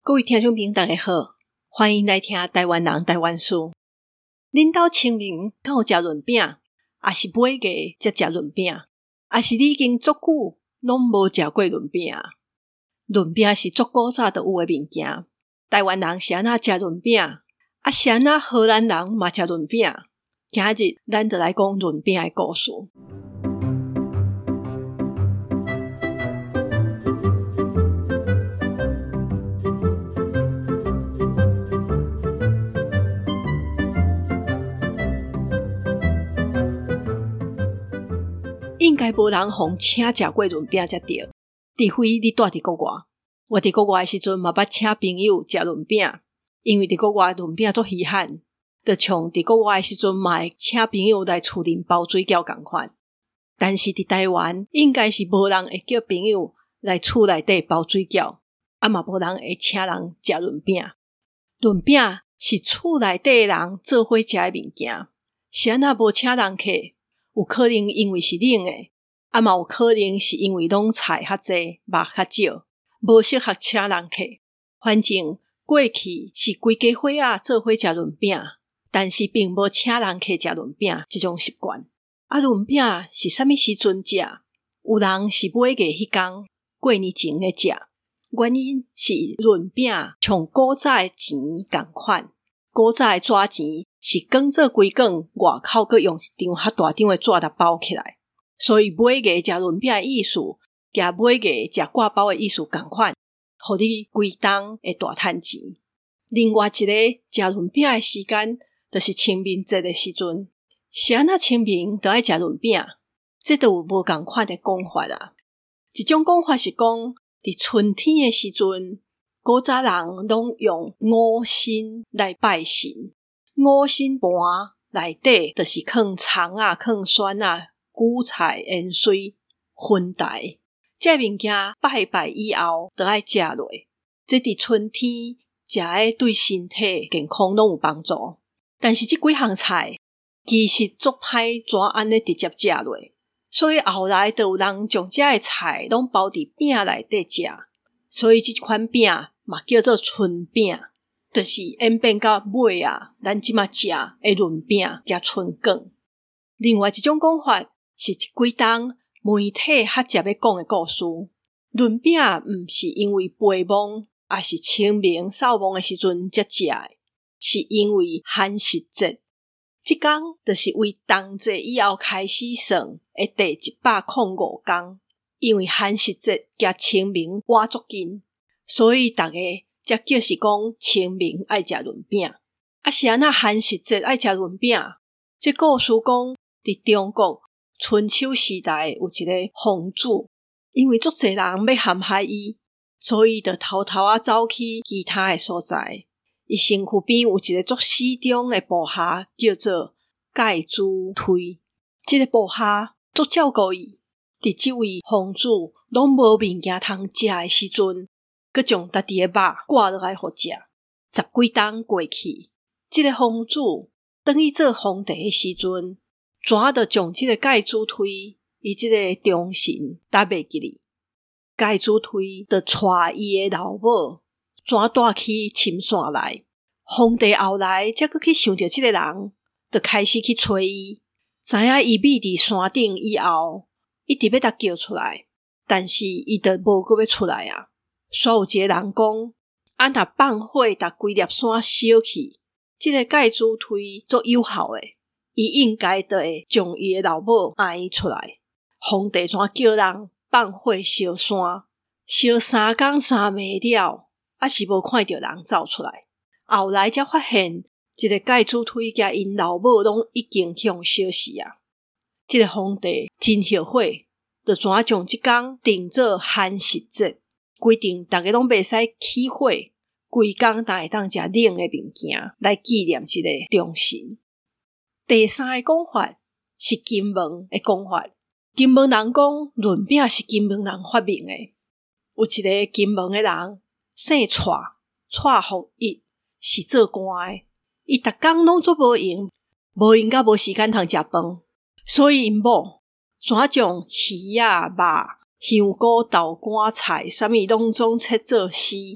各位听众朋友大家好，欢迎来听台湾人台湾事。恁兜清明敢有食润饼，还是买价才食润饼，还是你已经足久拢无食过润饼？润饼是足古早就有诶物件，台湾人是安怎食润饼，是安怎荷兰人嘛食润饼。今日咱就来讲润饼诶故事。应该无人互请食过润饼才对，除非你住伫国外。我伫国外诶时阵嘛捌请朋友食润饼，因为伫国外润饼足稀罕，就像伫国外诶时阵嘛会请朋友来厝啉包水饺共款。但是伫台湾应该是无人会叫朋友来厝内底包水饺，嘛无人会请人食润饼。润饼是厝内底诶人做伙食诶物件，是安那无请人客？有可能因为是冷诶，嘛有可能是因为拢菜较济，肉较少，无适合请人客。反正过去是规家伙仔做伙食润饼，但是并无请人客食润饼这种习惯。润饼是啥物时阵食？有人是买价迄天过年前咧食，原因是润饼像古早诶钱共款，古早诶纸钱是卷做规卷，外口佫用一张较大张诶纸来包起来，所以买价食润饼诶意思，甲买价食挂包诶意思共款，互你规冬会大趁钱。另外一个食润饼诶时间，就是清明节诶时阵。是安那清明就爱食润饼？这都有无共款诶讲法啊。一种讲法是讲，伫春天诶时阵，古早人拢用五辛来拜神。五辛盘内底就是放葱啊、放蒜啊、韭菜、盐水、薰台，这物件拜以后就爱食落。这伫春天食诶，对身体健康拢有帮助。但是这几项菜其实足歹怎安尼直接食落，所以后来就有人将这些菜拢包伫饼内底食，所以这款饼嘛叫做春饼。就是演变到尾啊，咱即马食诶润饼加春卷。另外一种讲法是几冬媒体较接要讲诶故事。润饼毋是因为肥忙，也是清明扫墓诶时阵才食诶，是因为寒食节。即天就是为冬节以后开始算诶第105天，因为寒食节加清明晚足近，所以大家才叫是讲清明爱食润饼。是安那寒食节爱食润饼？这故事讲，伫中国春秋时代有一个皇主，因为足侪人要陷害伊，所以就偷偷走去其他诶所在。伊身躯边有一个足死忠诶部下，叫做介子推。这个部下足照顾伊，伫这位皇主拢无物件通食诶时阵，佮将家己诶肉挂落来互食。10几冬过去，这个皇主当伊做皇帝诶时阵，怎就将这个介子推伊这个忠臣搭袂记哩？介子推就带伊诶老母怎带去深山内。皇帝后来才佮去想着这个人，就开始去找伊，知影伊秘伫山顶以后，一直要甲叫出来，但是伊就无佮要出来啊。煞有一个人讲，若放火甲规粒山烧去，这个介子推足有效诶，伊应该就会将伊诶老母挨出来。皇帝怎叫人放火烧山，烧3天3暝了，是无看到人走出来。后来才发现，这个介子推甲因老母拢已经去互烧死啊。这个皇帝真后悔，就怎将这天定做寒食节，规定大家拢袂使起火，规天才会当食冷的物件来纪念这个忠臣。第三个讲法是金门的讲法。金门人讲润饼是金门人发明的。有一个金门的人姓蔡福义，是做官的。伊逐工拢做无闲甲无时间通食饭，所以因某怎将鱼啊、肉、香菇、豆干、菜啥物拢总切做丝，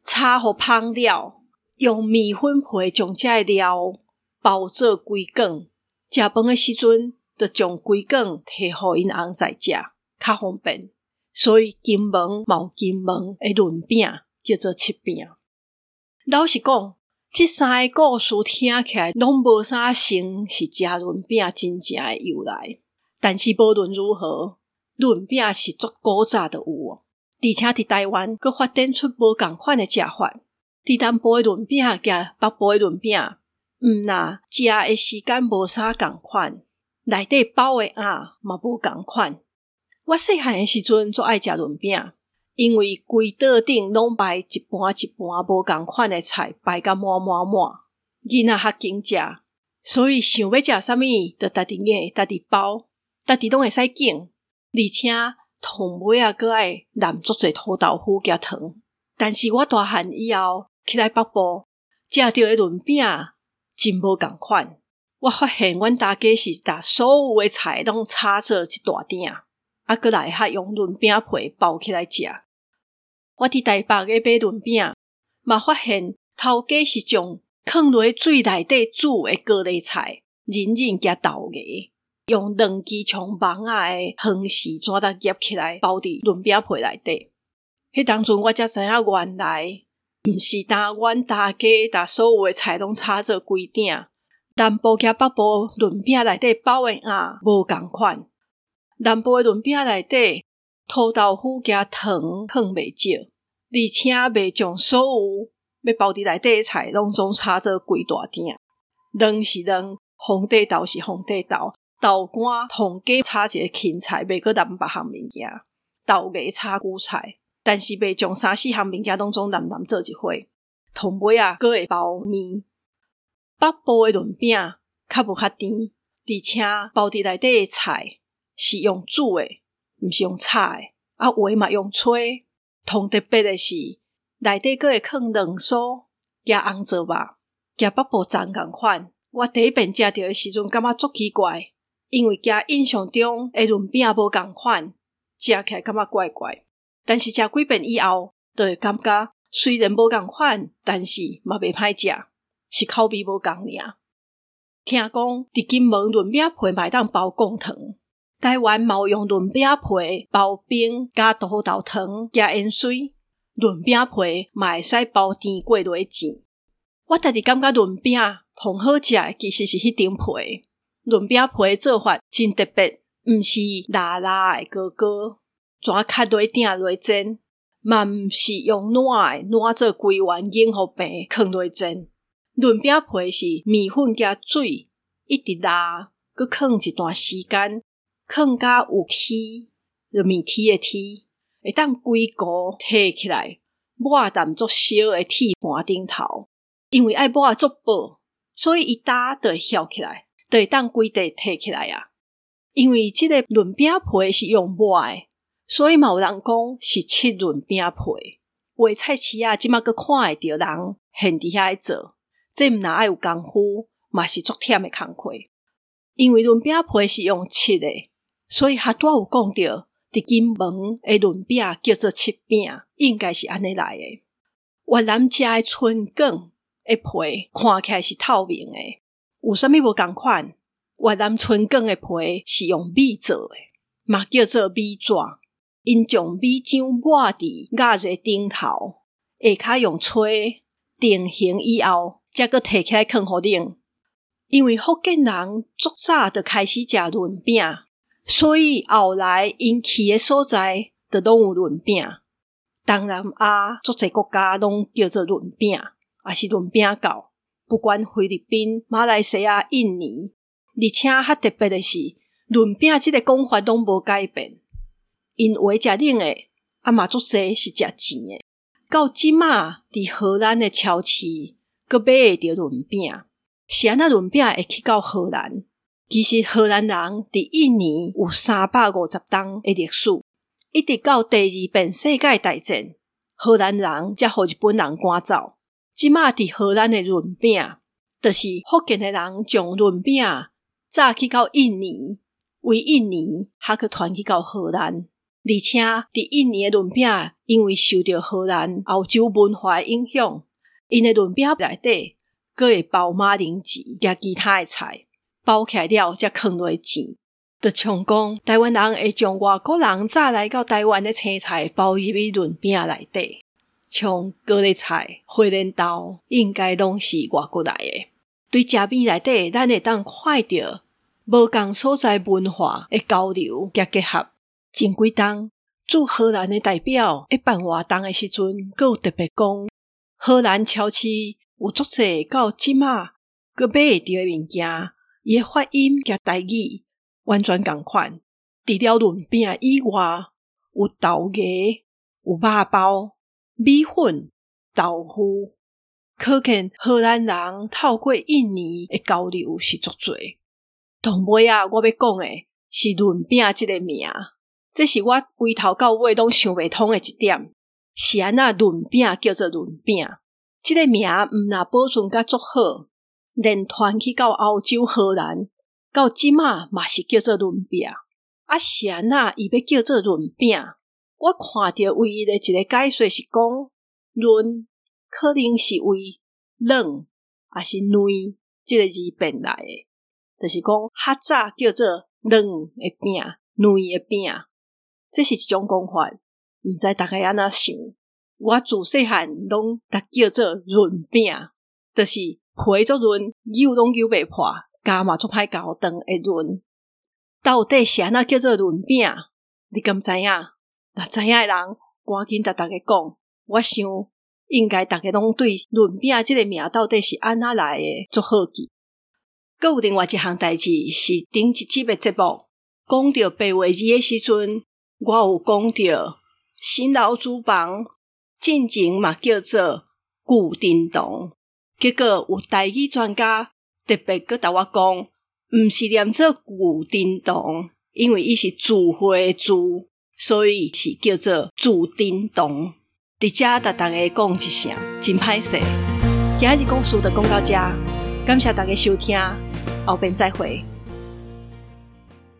炒互芳了，用面粉皮将这个料包做龟卷，食饭的时阵就将龟卷摕互因翁婿食，较方便。所以金门嘛有金门的润饼，叫做七饼。老实讲，这三个故事听起来拢无啥像是食润饼真正的由来，但是无论如何，润饼是足古早就有，而且伫台湾佫发展出无共款的食法。伫南部的润饼甲北部的润饼，若食的时间无啥共款，内底包的餡嘛无共款。我细汉的时阵最爱食润饼，因为规桌顶拢摆一盘一盘无共款的菜，摆甲满满满，囡仔较经食，所以想要食啥物就家己硬家己包，家己拢会使拣，而且通尾啊佫爱淋足侪土豆腐加糖。但是我大汉以后起来北部食到的润饼真无共款，我发现阮大家是把所有的菜拢炒做一大鼎，佫来较用润饼皮包起来食。我伫台北嘅买润饼，嘛发现头家是将放落水内底煮的高丽菜、仁仁加豆芽，用2支长芒仔的横丝纸搭夹起来包伫润饼皮内底。迄当阵我才知影原来毋是单阮大家把所有的菜拢炒做规鼎，南部甲北部润饼内底包的餡无共款。南部的润饼内底土豆腐加糖放袂少，而且袂将所有要包伫内底的菜拢总炒做规大鼎。卵是卵，皇帝豆是皇帝豆，豆干通加炒一个芹菜，袂阁淋别项物件，豆芽炒韭菜。但是袂将3-4项物件拢总淋做一伙，通尾啊佫会包面。北部的润饼较无较甜，而且包伫内底的菜是用煮的，毋是用炒的，有的嘛用吹。通特别的是，内底佫会放卵酥加红糟肉，甲北部真共款。我第一遍食到的时阵感觉足奇怪，因为甲印象中的润饼无共款，食起来感觉怪怪。但是食几遍以后，就会感觉虽然无共款，但是嘛袂歹食，是口味无共尔。听讲伫金门润饼皮嘛会当包贡糖，台湾嘛有用润饼皮包冰加土豆糖加盐水，润饼皮嘛会使包甜过落糋。我家己感觉润饼同好食的其实是迄张皮，润饼皮的做法真特别，毋是辣辣的高高。怎卡落鼎落煎，嘛毋是用烂做规圆硬互平放落煎。润饼皮是面粉加水，一直拉，佮放一段时间，放甲有铁，就面铁的铁，会当规糊摕起来，抹淡足小的铁盘顶头。因为爱抹足薄，所以伊打就会翘起来，就会当规块摕起来啊。因为这个润饼皮是用抹的。所以嘛有人讲是7润饼皮，画菜市仔即马佫看会到人现伫遐做，这毋若爱有功夫，嘛是足忝的工课。因为润饼皮是用7的，所以哈多有讲到，伫金门的润饼叫做7饼，应该是安尼来的。越南食的春卷的皮看起来是透明的，有啥物无共款？越南春卷的皮是用米做的，嘛叫做米纸。因将米浆抹伫鸭热顶头，下骹用吹定型以后，才佫摕起来放互冷。因为福建人足早就开始食润饼，所以后来因去的所在就拢有润饼。东南亚足侪国家拢叫做润饼，也是润饼糕。不管菲律宾、马来西亚、印尼，而且较特别的是，润饼这个讲法拢无改变。因为食冷的，嘛足侪是食甜的。到即马伫荷兰的超市，佫买会到润饼。是安那润饼会去到荷兰？其实荷兰人伫印尼有350年的历史，一直到第2遍世界大战，荷兰人才互日本人赶走。即马伫荷兰的润饼，就是福建的人将润饼炸去到印尼，为印尼还佫传去到荷兰。 而且伫印尼的轮饼因为受到荷兰欧洲文化的影响，因的轮饼内底还会包马铃薯加其他的菜，包起来了才放落钱。就像讲台湾人会将外国人早来到台湾的青菜包入去轮饼内底，像高丽菜、花莲豆应该拢是外国来的。对食米内底咱会当看到无同所在文化的交流甲结合。前几冬驻荷兰的代表在办活动的时阵，还有特别讲荷兰超市有足侪到即马还买会到的物件，伊的发音甲台语完全同款。除了轮饼以外，有豆芽、有肉包、米粉、豆腐，可见荷兰人透过印尼的交流是足侪。同尾我要讲的是轮饼这个名，这是我规头到尾拢想袂通的一点。是安那轮饼叫做轮饼？这个名毋若保存甲足好，连传去到欧洲荷兰，到即马嘛是叫做轮饼。是安那伊要叫做轮饼？我看到唯一的一个解说是讲，轮可能是为软还是软这个字变来的，就是讲较早叫做软的饼、软的饼，这是一种讲法，毋知大家安那想。我自细汉拢逐叫做润饼，就是皮足润，揉拢揉袂破，加嘛足歹咬断会润。到底是安那叫做润饼？你敢知影？若知影的人，赶紧甲大家讲。我想应该大家拢对润饼这个名到底是安那来的足好奇。还有另外一项代志是顶一集的节目，讲到白话字的时阵，我有讲到新老厨房进前嘛叫做古叮咚，结果有台语专家特别佮甲我讲，毋是念做古叮咚，因为伊是智慧的智，所以是叫做注叮咚。伫遮甲大家讲一声，真歹势。今日故事就讲到这，感谢大家收听，后边再会。